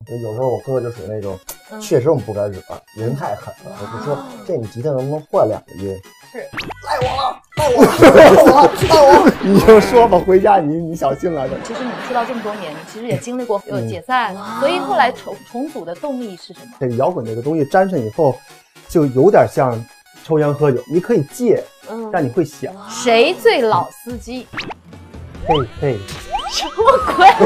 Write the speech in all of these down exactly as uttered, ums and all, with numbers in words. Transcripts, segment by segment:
有时候我哥哥就属于那种，嗯、确实我们不敢惹，人太狠了。我就说这你吉他能不能换两个音？ 是， 赖我了，赖我了，赖我了，赖我！你就说吧，回家你你小心啊。 其实你们出道这么多年，你其实也经历过有解散，嗯、所以后来重重组的动力是什么？ 这个摇滚这个东西沾上以后，就有点像抽烟喝酒，你可以戒，嗯，但你会想谁最老司机？ 嘿嘿。 什么鬼？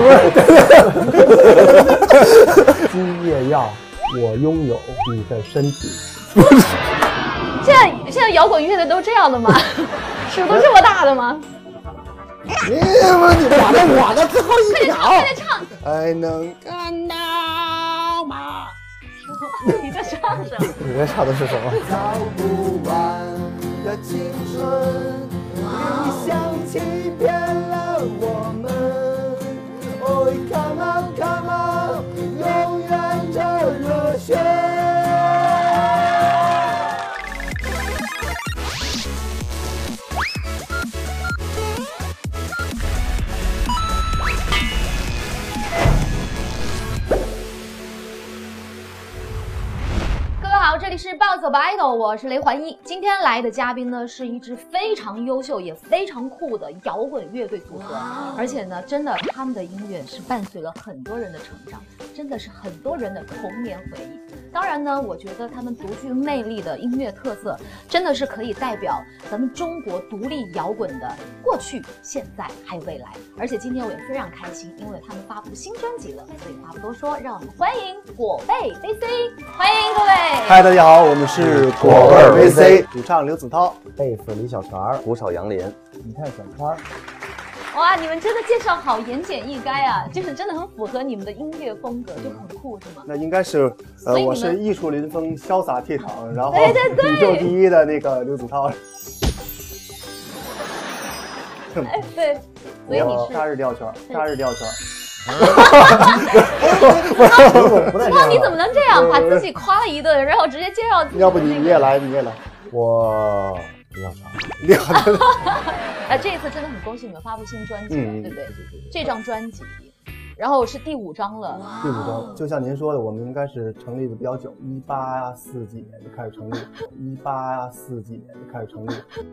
今夜要我拥有你的身体。 现在现在摇滚乐队都这样的吗？尺度这么大的吗？ 你你打在我的最后一秒， 快点唱！ 还能看到吗？ 你在唱什么？ 你在唱的是什么？ 早不完的青春，理想欺骗了我们。Oh, come on, come on， 永远这热血。 好，这里是暴走吧 idol， 我是雷环一。今天来的嘉宾呢，是一支非常优秀也非常酷的摇滚乐队组合，而且呢，真的他们的音乐是伴随了很多人的成长，真的是很多人的童年回忆。当然呢，我觉得他们独具魅力的音乐特色，真的是可以代表咱们中国独立摇滚的过去、现在还有未来。而且今天我也非常开心，因为他们发布新专辑了，所以话不多说，让我们欢迎果味 V C， 欢迎各位。 嗨，大家好，我们是果味 V C， 主唱刘子涛，贝斯李小泉， 鼓手杨林， 你看小川。 哇，你们真的介绍好言简意赅啊，就是真的很符合你们的音乐风格，就很酷，是吗？ 那应该是，呃，我是艺术临风、潇洒倜傥，然后对对对， 宇宙第一的那个刘子涛。 哎，对，所以你是扎日吊圈，扎日吊圈。 子涛，你怎么能这样把自己夸了一顿，然后直接介绍自己？ 要不你也来，你也来。我廖强，廖。 哎，这一次真的很恭喜你们发布新专辑了， 嗯、 对不对？这张专辑，然后是第五张了。 第五张，就像您说的，我们应该是成立的比较久，一八四几年就开始成立，一八四几年就开始成立。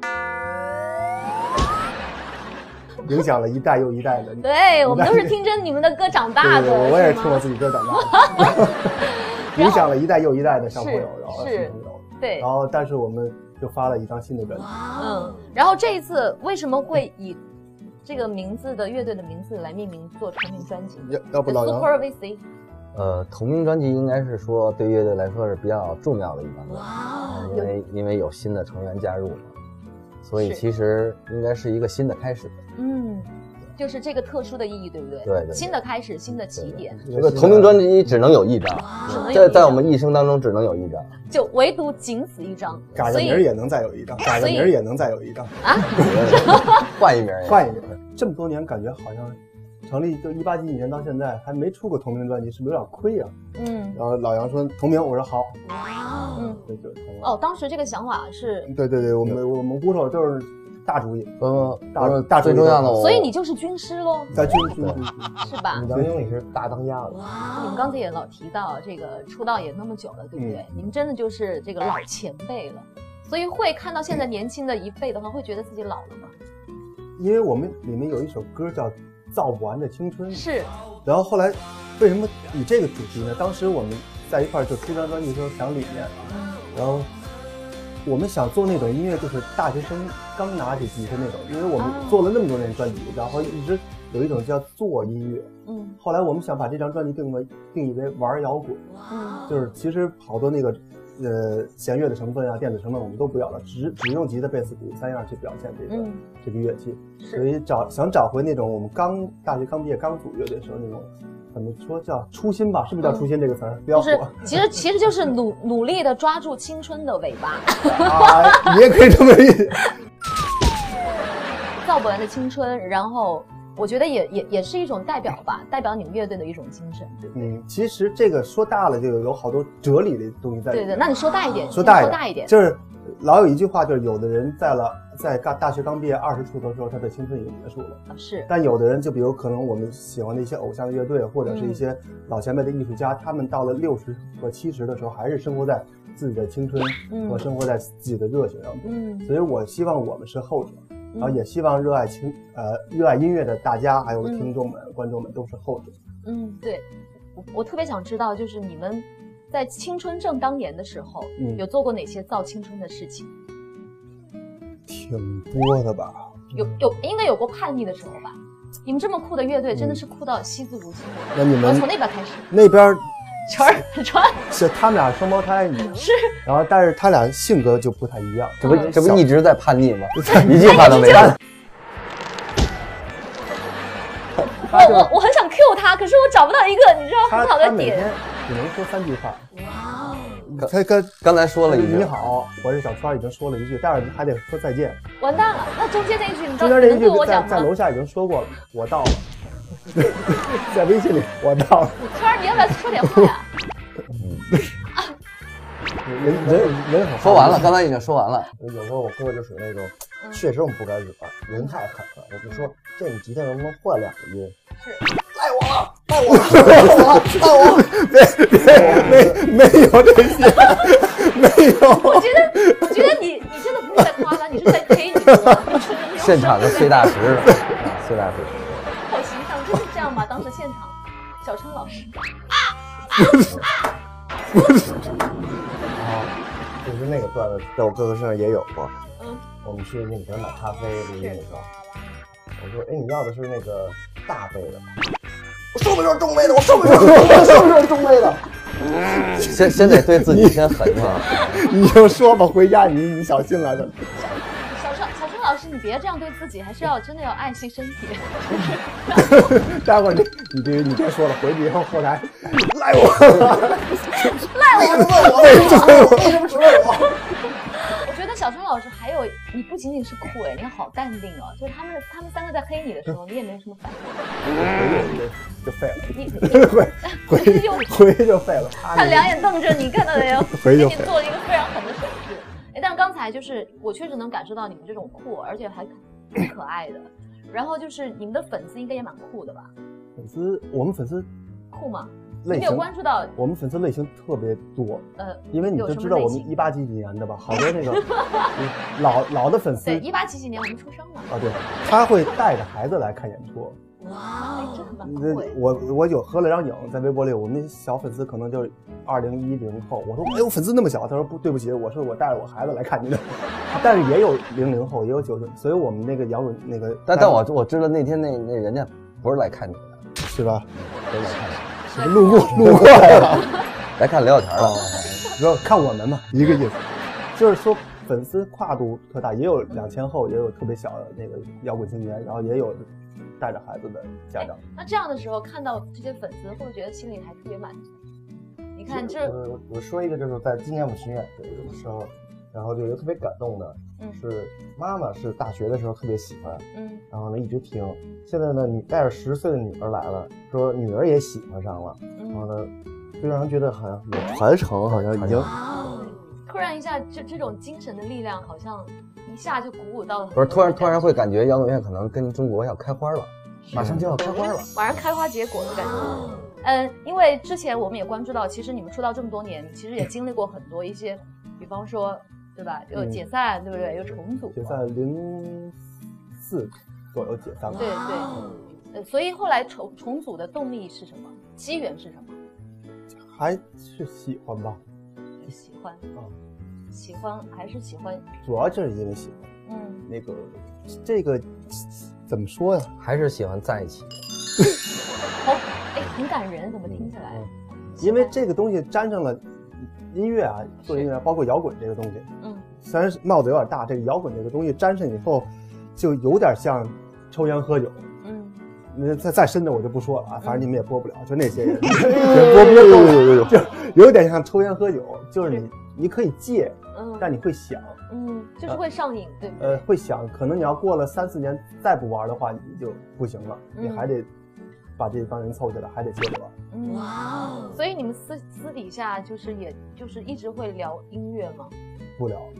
影响了一代又一代的， 对，我们都是听着你们的歌长大的。 对对对，我也是听我自己歌长大的。影响了一代又一代的小朋友，然后是，对。 然后，但是我们就发了一张新的专辑。 嗯，然后这一次为什么会以这个名字的乐队的名字来命名做同名专辑？ 要要不老杨 Super V C。 呃，同名专辑应该是说对乐队来说是比较重要的一张专辑，因为因为有新的成员加入嘛。所以其实应该是一个新的开始。 嗯，就是这个特殊的意义，对不对？ 对 对, 对。 新的开始，新的起点。 这个同名专辑只能有一张，在在我们一生当中只能有一张， 就唯独仅此一张。 改个名也能再有一张，改个名也能再有一张啊！ 换一名， 换一名。这么多年，感觉好像成立就一八几几年到现在还没出过同名专辑，是不是有点亏啊？嗯。然后老杨说同名，我说好。 嗯，对，就是哦，当时这个想法是， 对对对，我们我们鼓手就是大主意， 呃， 大大最重要的， 所以你就是军师喽， 在军师是吧？ 杨经理是大当家的。 你们刚才也老提到这个出道也那么久了，对不对？你们真的就是这个老前辈了，所以会看到现在年轻的一辈的话，会觉得自己老了吗？ 因为我们里面有一首歌叫《造不完的青春》， 是。 然后后来为什么以这个主题呢？当时我们在一块儿就出张专辑的时候想理念，嗯，然后我们想做那种音乐，就是大学生刚拿起吉他那种，因为我们做了那么多年专辑，然后一直有一种叫做音乐，嗯，后来我们想把这张专辑定为定义为玩摇滚，嗯，就是其实好多那个呃弦乐的成分啊、电子成分我们都不要了，只只用吉他、贝斯、鼓三样去表现这个、嗯、这个乐器，所以找想找回那种我们刚大学刚毕业刚组乐队的时候那种。怎么说叫初心吧？是不是叫初心这个词儿？不要火。 就是其实其实就是努努力的抓住青春的尾巴。 啊，你也可以这么理解。 造不完的青春，然后我觉得也也也是一种代表吧，代表你们乐队的一种精神，对不对？ 嗯，其实这个说大了就有好多哲理的东西在里面。 对对，那你说大一点， 说大一点， 说大一点， 就是老有一句话就是，有的人在了在大大学刚毕业二十出头的时候，他的青春已经结束了。 啊，是。 但有的人，就比如可能我们喜欢的一些偶像乐队，或者是一些老前辈的艺术家，嗯、他们到了六十和七十的时候，还是生活在自己的青春和生活在自己的热情上。嗯，所以我希望我们是后者，嗯、然后也希望热爱青呃热爱音乐的大家，还有听众们、嗯、观众们都是后者。 嗯，对，我我特别想知道，就是你们在青春正当年的时候，嗯、有做过哪些造青春的事情？ 挺多的吧。 有有应该有过叛逆的时候吧？你们这么酷的乐队，真的是酷到惜字如金。 那你们从那边开始？ 那边圈儿圈是他们俩双胞胎，你知道吗？ 是。 然后，但是他俩性格就不太一样。 这不这不一直在叛逆吗？一句话都没干。 我我我很想 Q 他，可是我找不到一个你知道很好的点。 只能说三句话。 哇。 他刚刚才说了一句你好，我是小川，已经说了一句，但是还得说再见。 完蛋了，那中间那一句你中间那一句我讲在楼下已经说过了，我到了。在微信里我到了。 川，你要不要说点话呀？ 人人人很说完了，刚才已经说完了。 有时候我哥就属于那种，确实我们不敢惹，人太狠了。我就说，这你吉他能不能换两个音？ 是。 赖我了，赖我了，赖我了， 别别没没有这些，没有。 我觉得，我觉得你你真的不是在夸他，你是在推你哥。 现场的崔大石，崔大石。 好形象，真是这样吗？当时现场，小川老师。 不是。啊，就是那个段子，在我哥哥身上也有过。嗯。我们去那个给他买咖啡录音的时候，我说：“哎，你要的是那个大杯的？”我说不就是中杯的，我说不就是，我说不就是中杯的。 先先得对自己先狠一下。 你就说吧，回家你你小心了。 小川小川老师，你别这样对自己，还是要真的要爱惜身体。 待会儿你你别你别说了，回去以后后台赖我了， 赖我了，为什么只问我？ 我觉得小川老师还有，你不仅仅是酷哎，你好淡定哦。就是他们他们三个在黑你的时候，你也没有什么反应， 就废了。 你回回就回就废了。 他两眼瞪着你，看到没有？ 回就给你做了一个非常狠的手势。哎，但是刚才就是我确实能感受到你们这种酷，而且还挺可爱的。然后就是你们的粉丝应该也蛮酷的吧？ 粉丝，我们粉丝酷吗？ 类型没有关注到我们粉丝类型特别多， 呃， 因为你就知道我们一八几几年的吧，好多那个老老的粉丝。 对，一八几几年我们出生了。 啊，对，他会带着孩子来看演出。 哇，哎，真的蛮贵。 我我有合了张影在微博里，我们那小粉丝可能就是二零一零后。我说，哎呦，粉丝那么小，他说不对不起，我说我带着我孩子来看你的。但是也有零零后，也有九十，所以我们那个摇滚那个， 但但我我知道那天那那人家不是来看你的， 是吧？ 不是来看你。 路过路过来了， 来看聊聊天了， 说看我们嘛，一个意思，就是说粉丝跨度特大，也有两千后，也有特别小的那个摇滚青年，然后也有带着孩子的家长。 那这样的时候看到这些粉丝，会不会觉得心里还特别满足？你看这， 我我说一个，就是在今年我巡演的时候，然后就有一个特别感动的，嗯、是妈妈是大学的时候特别喜欢，嗯，然后呢一直听，现在呢女带着十岁的女儿来了，说女儿也喜欢上了，嗯、然后呢就让人觉得好像有传承，好像已经， 突然一下这这种精神的力量好像一下就鼓舞到了， 不是突然突然会感觉摇滚乐可能跟中国要开花了，马上就要开花了， 马上开花结果的感觉。嗯，因为之前我们也关注到，其实你们出道这么多年，其实也经历过很多一些，比方说。对吧？有解散，嗯、对不对？有重组。 解散零四左右解散了。 对对，呃，所以后来重重组的动力是什么？机缘是什么？ 还是喜欢吧。 喜欢啊，嗯、喜欢还是喜欢？ 主要就是因为喜欢。嗯。那个，这个怎么说呀？ 还是喜欢在一起。 好，哎，很感人，怎么听起来？嗯、 因为这个东西沾上了。音乐啊，做音乐，包括摇滚这个东西，嗯，虽然帽子有点大，这个摇滚这个东西沾上以后，就有点像抽烟喝酒，嗯，那再再深的我就不说了啊，反正你们也播不了，就那些人，播不了，就有点像抽烟喝酒，就是你你可以戒，嗯，但你会想， 嗯，就是会上瘾，对不对？呃，会想，可能你要过了三四年再不玩的话，你就不行了，你还得。把这帮人凑起来，还得接着玩。 哇！所以你们私私底下就是，也就是一直会聊音乐吗？ 不聊，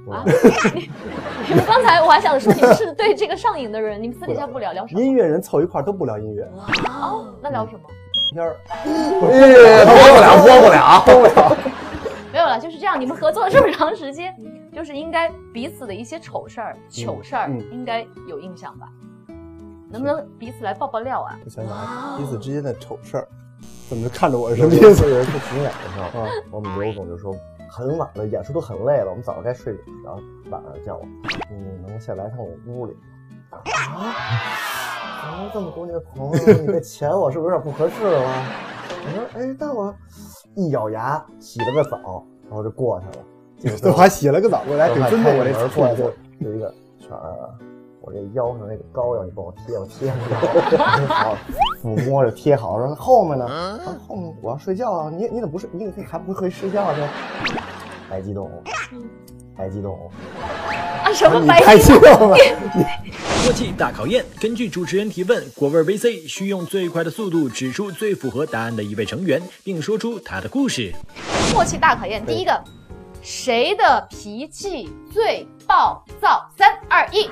啊，你你们刚才我还想说你们是对这个上瘾的人，你们私底下不聊聊什么？ 音乐人凑一块都不聊音乐。 哦，那聊什么？ 片儿， 播不了，播不了，播不了。 没有了，就是这样。你们合作了这么长时间，就是应该彼此的一些丑事儿、糗事儿， 嗯、 应该有印象吧？能不能彼此来爆爆料啊？ 我想想，彼此之间的丑事儿，怎么就看着我是什么意思？ 有一次巡演的时候，啊，我们刘总就说很晚了，演出都很累了，我们早上该睡，然后晚上叫我，你能先来趟我屋里？啊，怎么这么多年的朋友，你这钱我是不是有点不合适了吗？我说，哎，那我一咬牙洗了个澡，然后就过去了。 我还洗了个澡，我来挺尊重我这次过来就有一个圈儿，我这腰上那个膏药你帮我贴，我贴上好，抚摸着贴好，然后后面呢，啊、后面我要睡觉啊，你你怎么不睡？你还不会睡觉去？白激动，白激动。 啊，什么白激动？ 默契大考验，根据主持人提问，果味 V C 需用最快的速度指出最符合答案的一位成员，并说出他的故事。 默契大考验，第一个，谁的脾气最暴躁？三二一。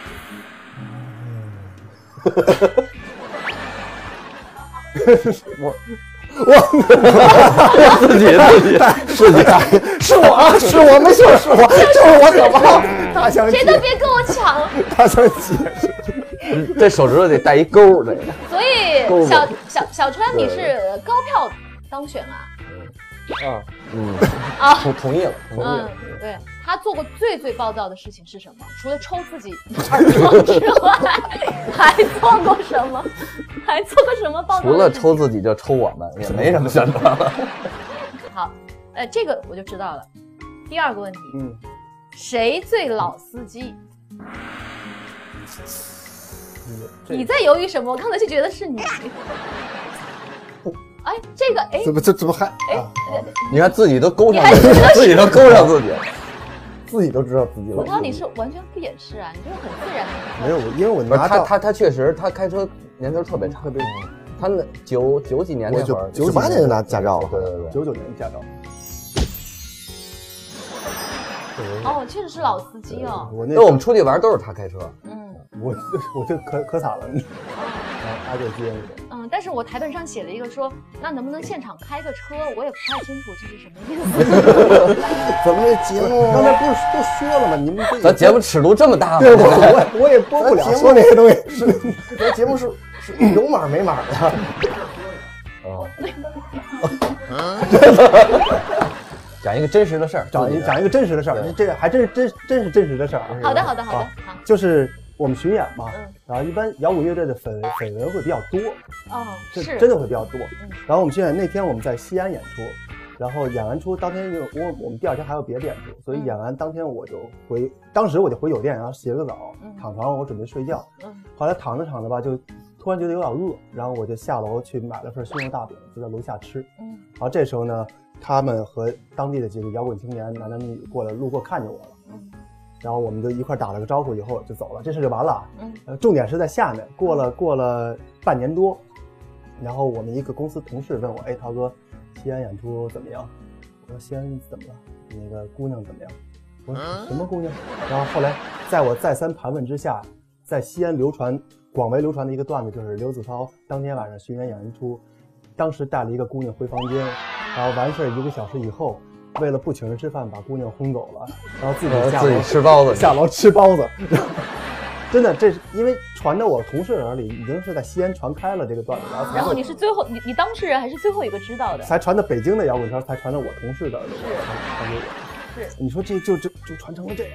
我我自己自己自己是我是我没错是我就是我怎么他想谁都别跟我抢， 他想解释， 这手指头得带一勾这个。 所以小小小川你是高票当选啊？ 啊嗯啊同同意了同意了。 嗯，对，他做过最最暴躁的事情是什么？除了抽自己耳朵之外，还做过什么？还做过什么暴躁的事情？ 除了抽自己就抽我们，也没什么选择了。 好，呃，这个我就知道了。第二个问题， 嗯， 谁最老司机？你在犹豫什么？我刚才就觉得是你。哎，这个哎， 怎么这怎么还？ 哎， 啊、 你看自己都勾上自己，自己都勾上自己，自己都知道自己老。 我刚你是完全不掩饰啊，你就是很自然的。 没有，因为我拿他他他确实他开车年头特别长，特别长。他那九九几年那会儿， 九八年就拿驾照了，对对对， 九九年驾照。 哦，确实是老司机哦。 我那那我们出去玩都是他开车。 嗯， 我我这可可惨了，他就接那种。 嗯，但是我台本上写了一个说，那能不能现场开个车？我也不太清楚这是什么意思。 咱们这节目刚才不是都说了吗？你们咱节目尺度这么大吗？ 对，我我我也播不了说那些东西。 是，咱节目是是有码没码的。哦。讲一个真实的事儿， 讲一讲一个真实的事儿，这还真是真真是真实的事儿。 好的，好的，好的，好。 就是我们巡演嘛， 嗯， 然后一般摇滚乐队的绯绯闻会比较多， 哦，是真的会比较多。 嗯， 然后我们巡演那天我们在西安演出，然后演完出当天因为我我们第二天还有别的演出，所以演完当天我就回，当时我就回酒店，然后洗了个澡，躺床上我准备睡觉。嗯，后来躺着躺着吧，就突然觉得有点饿，然后我就下楼去买了份熏肉大饼，就在楼下吃。嗯，然后这时候呢，他们和当地的几个摇滚青年男男女女过来路过看见我了。嗯，然后我们就一块打了个招呼，以后就走了，这事就完了。嗯，呃，重点是在下面，过了过了半年多，然后我们一个公司同事问我，哎，涛哥，西安演出怎么样？我说西安怎么了？那个姑娘怎么样？我说什么姑娘？然后后来在我再三盘问之下，在西安流传广为流传的一个段子，就是刘子涛当天晚上巡演演出，当时带了一个姑娘回房间，然后完事儿一个小时以后，为了不请人吃饭，把姑娘轰走了，然后自己下楼自己吃包子， 下楼吃包子。真的，这是因为传到我同事耳里，已经是在西安传开了这个段子，然后然后你是最后你你当事人还是最后一个知道的？ 才传到北京的摇滚圈，才传到我同事的耳里。 是，是。 你说这就就就传成了这样。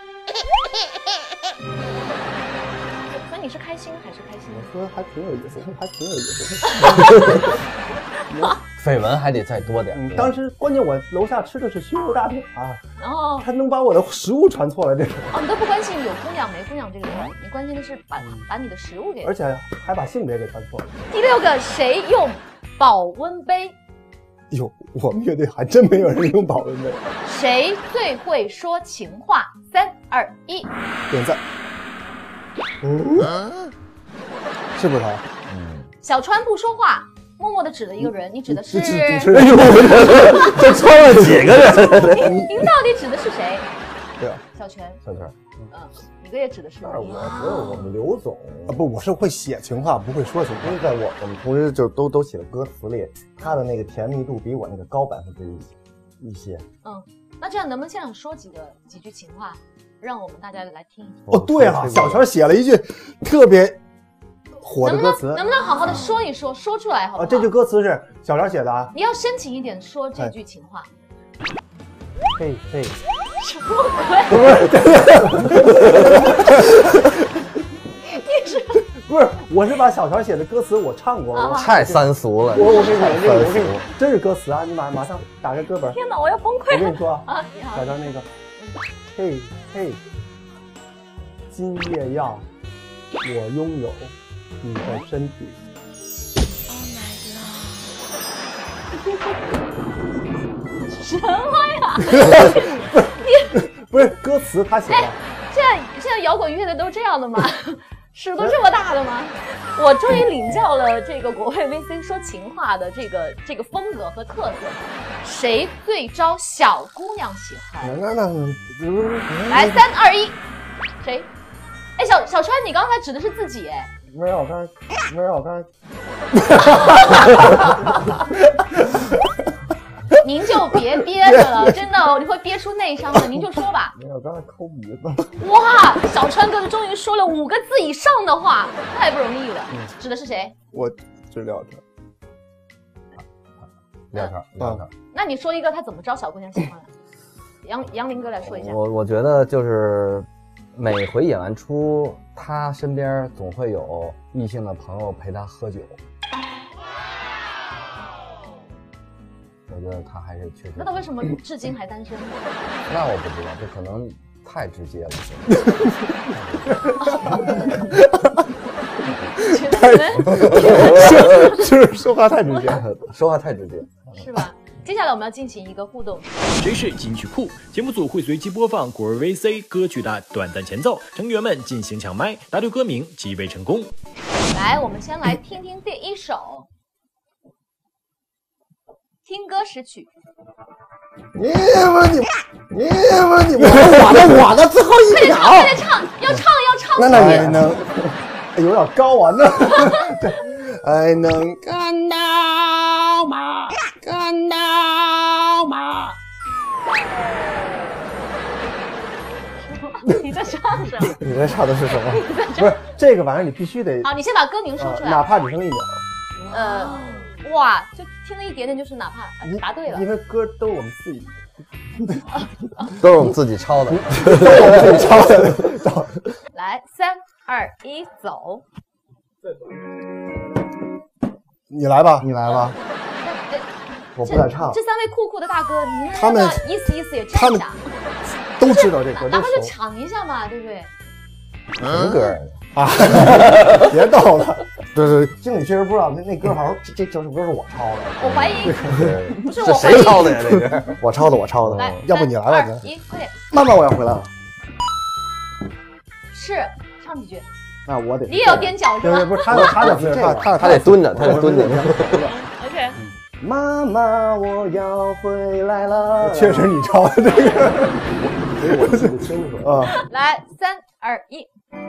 所以你是开心还是开心？ 我说还挺有意思，还挺有意思。 绯闻还得再多点。 嗯，当时关键我楼下吃的是熏肉大饼啊， 哦， 他能把我的食物传错了这个。 哦，你都不关心有姑娘没姑娘这个事儿，你关心的是把把你的食物给， 而且还把性别给传错了。 第六个，谁用保温杯？ 哟，我们乐队还真没有人用保温杯。 谁最会说情话？三二一， 点赞。嗯，是不是他？ 嗯， 小川不说话，默默地指了一个人，你指的是？ 哎呦，这穿了几个人？ 您您到底指的是谁？ 对啊， 小泉， 小泉， 嗯，你哥也指的是但是我你。 觉得我们刘总啊不，我是会写情话，不会说情话。 因为在我我们同时就都都写的歌词里，他的那个甜蜜度比我那个高百分之一些。 嗯，那这样能不能现场说几个几句情话，让我们大家来听一听？ 哦，对啊，小泉写了一句特别火的歌词， 能不能好好的说一说，说出来好不好？ 啊，这句歌词是小泉写的啊。 你要深情一点说这句情话。 嘿嘿， 什么鬼？你是不是，我是把小泉写的歌词我唱过，我太三俗了。 我我跟你讲，这个我跟你三俗， 真是歌词啊！你马马上打开歌本。 天哪，我要崩溃了！ 我跟你说啊， 啊，你好小，泉那个，嘿嘿，今夜要我拥有你的身体。 什么呀？ 不是歌词他写的， 现在现在摇滚乐队都这样的吗？尺度这么大的吗？我终于领教了这个国外 V C 说情话的这个这个风格和特色。谁最招小姑娘喜欢？ 那那那来，三二一，谁？哎，小小川，你刚才指的是自己哎。 没有刚，没有刚， 您就别憋着了，真的，你会憋出内伤的。您就说吧。 没有刚才抠鼻子。 哇，小川哥终于说了五个字以上的话，太不容易了。指的是谁？ 我知了他。 聊天聊天。 那你说一个他怎么招小姑娘喜欢的？杨杨林哥来说一下。 我我觉得就是每回演完出，他身边总会有异性的朋友陪他喝酒。我觉得他还是确实。 那他为什么至今还单身呢？ 那我不知道，这可能太直接了。 是说话太直接， 说话太直接， 是吧？接下来我们要进行一个互动。 谁是金曲库？节目组会随机播放国儿 V C 歌曲的短暂前奏，成员们进行抢麦，答对歌名即为成功。 来，我们先来听听第一首。听歌识曲， 你们你你们你我我的我的最后一秒， 快点唱，要唱要唱。 那那也能有点高啊，那对，还能看到吗？看到吗？ 你在唱什么？ 你在唱的是什么？不是这个玩意儿，你必须得好，你先把歌名说出来， 哪怕只剩一秒。 呃，哇，就听了一点点，就是哪怕答对了， 因为歌都是我们自己， 都是我们自己抄的， 都是我们自己抄的。 来，三二一，走。 你来吧， 你来吧，我不敢唱。 这三位酷酷的大哥，你们他们意思意思也他们唱一下， 都知道这歌， 哪怕就都熟抢一下嘛，对不对？ 什么歌啊！别逗了。 对对，经理确实不知道那那歌好像这这这首歌是我抄的。 我怀疑不是这我怀疑谁抄的呀？这个我抄的，我抄的。 来， 要不你来吧三二一，快点， 妈妈，我要回来了。 是唱几句， 那我得你也要踮脚是吧对对，不是他的他的姿势，他他他得蹲着，他得蹲着。 ？OK， 妈妈，我要回来了。 确实你抄的这个， 我记不清楚啊。 来，三二一，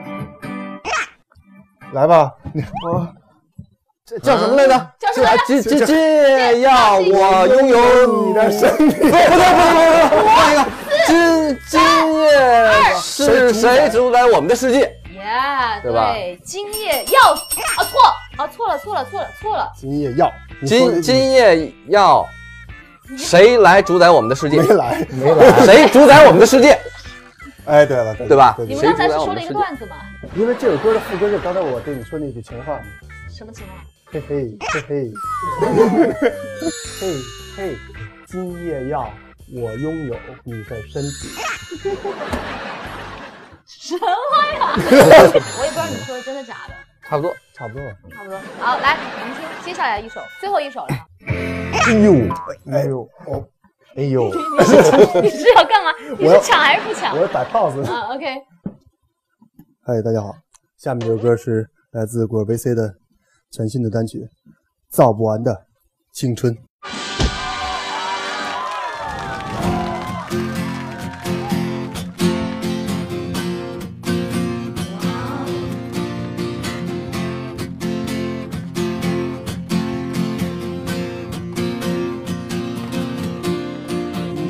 来吧， 我这叫什么来着？ 叫什么来着？ 今今今夜要我拥有你的身体。 不对不对不对，那个今今夜是谁主宰我们的世界？ 耶， 对吧对，今夜要啊错啊错了错了错了错了， 今夜要你说今今夜要谁来主宰我们的世界？ 没来没来。 谁主宰我们的世界？ 哎，对了， 对吧你们对对刚才是说了一个段子吗？ 因为这首歌的副歌就是刚才我对你说那句情话嘛， 什么情况？ 嘿嘿嘿嘿，嘿嘿，今夜要我拥有你的身体。 什么呀？我也不知道你说的真的假的， 差不多。 差不多。 差不多。好，来，我们听接下来一首，最后一首了。 哎呦，哎呦，哦，哎呦， 你是你是要干嘛？你是抢还是不抢我？要打 pose 呢。 啊 ，OK。 嗨，大家好，下面这首歌是来自果儿 V C 的全新的单曲《造不完的青春》。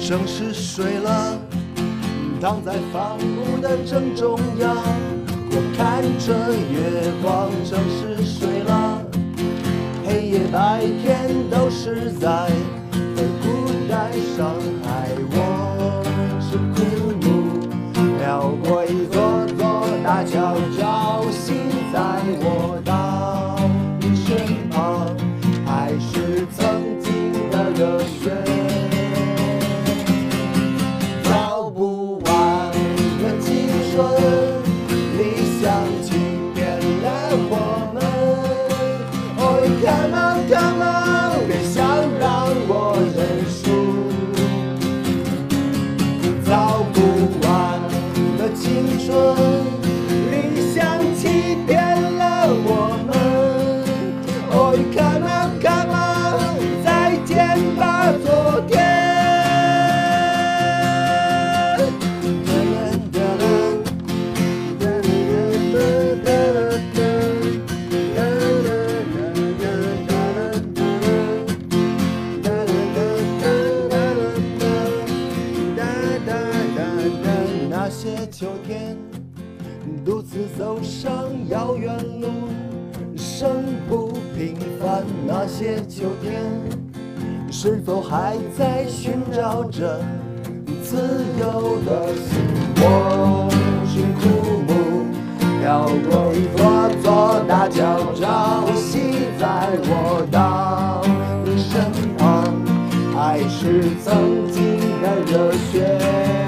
城市睡了，躺在房屋的正中央，我看着月光，城市睡了，黑夜白天都是在被孤单伤害。我是枯木，飘过一座座大桥，潮汐在我到你身旁，还是曾经的热血。找不完的青春，理想欺骗了我们。Oh come on come on， 别想让我认输。找不完的青春，理想欺骗了我们。Oh come on come on， 再见吧昨天。那些秋天，独自走上遥远路，生不平凡。那些秋天，是否还在寻找着自由的心？我是枯木，飘过一座座大桥，潮汐在我到你身旁，还是曾经的热血。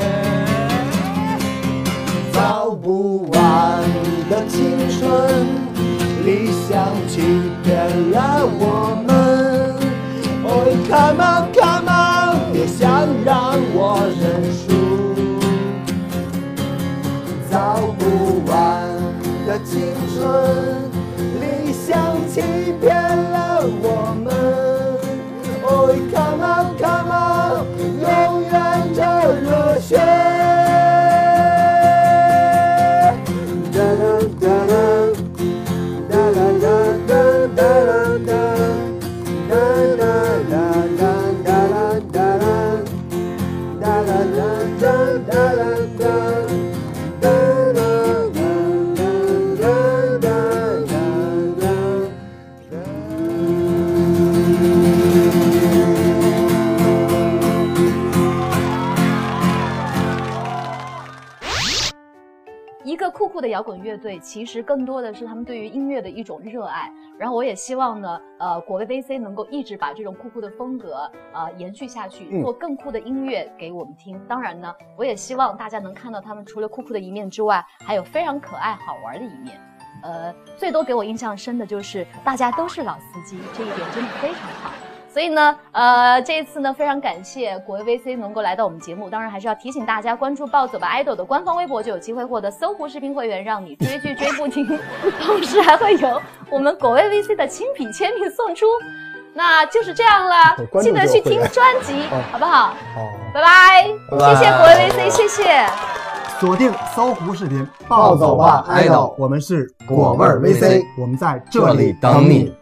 找不完的青春，理想欺骗了我们。Oh come on come on， 别想让我认输。找不完的青春，理想欺骗了我们。Oh come on come on， 永远的热血。 一个酷酷的摇滚乐队，其实更多的是他们对于音乐的一种热爱。然后我也希望呢，呃，果味 V C 能够一直把这种酷酷的风格呃延续下去， 嗯、 做更酷的音乐给我们听。当然呢，我也希望大家能看到他们除了酷酷的一面之外，还有非常可爱好玩的一面。呃，最多给我印象深的就是大家都是老司机，这一点真的非常好。所以呢，呃，这一次呢，非常感谢果味 V C 能够来到我们节目。当然，还是要提醒大家关注暴走吧 idol 的官方微博，就有机会获得搜狐视频会员，让你追剧追不停。同时还会有我们果味 V C 的亲笔签名送出。那就是这样了，记得去听专辑，好不好？好，拜拜，谢谢果味 V C， 谢谢。 锁定搜狐视频， 暴走吧 idol， 我们是果味 V C， 我们在这里等你。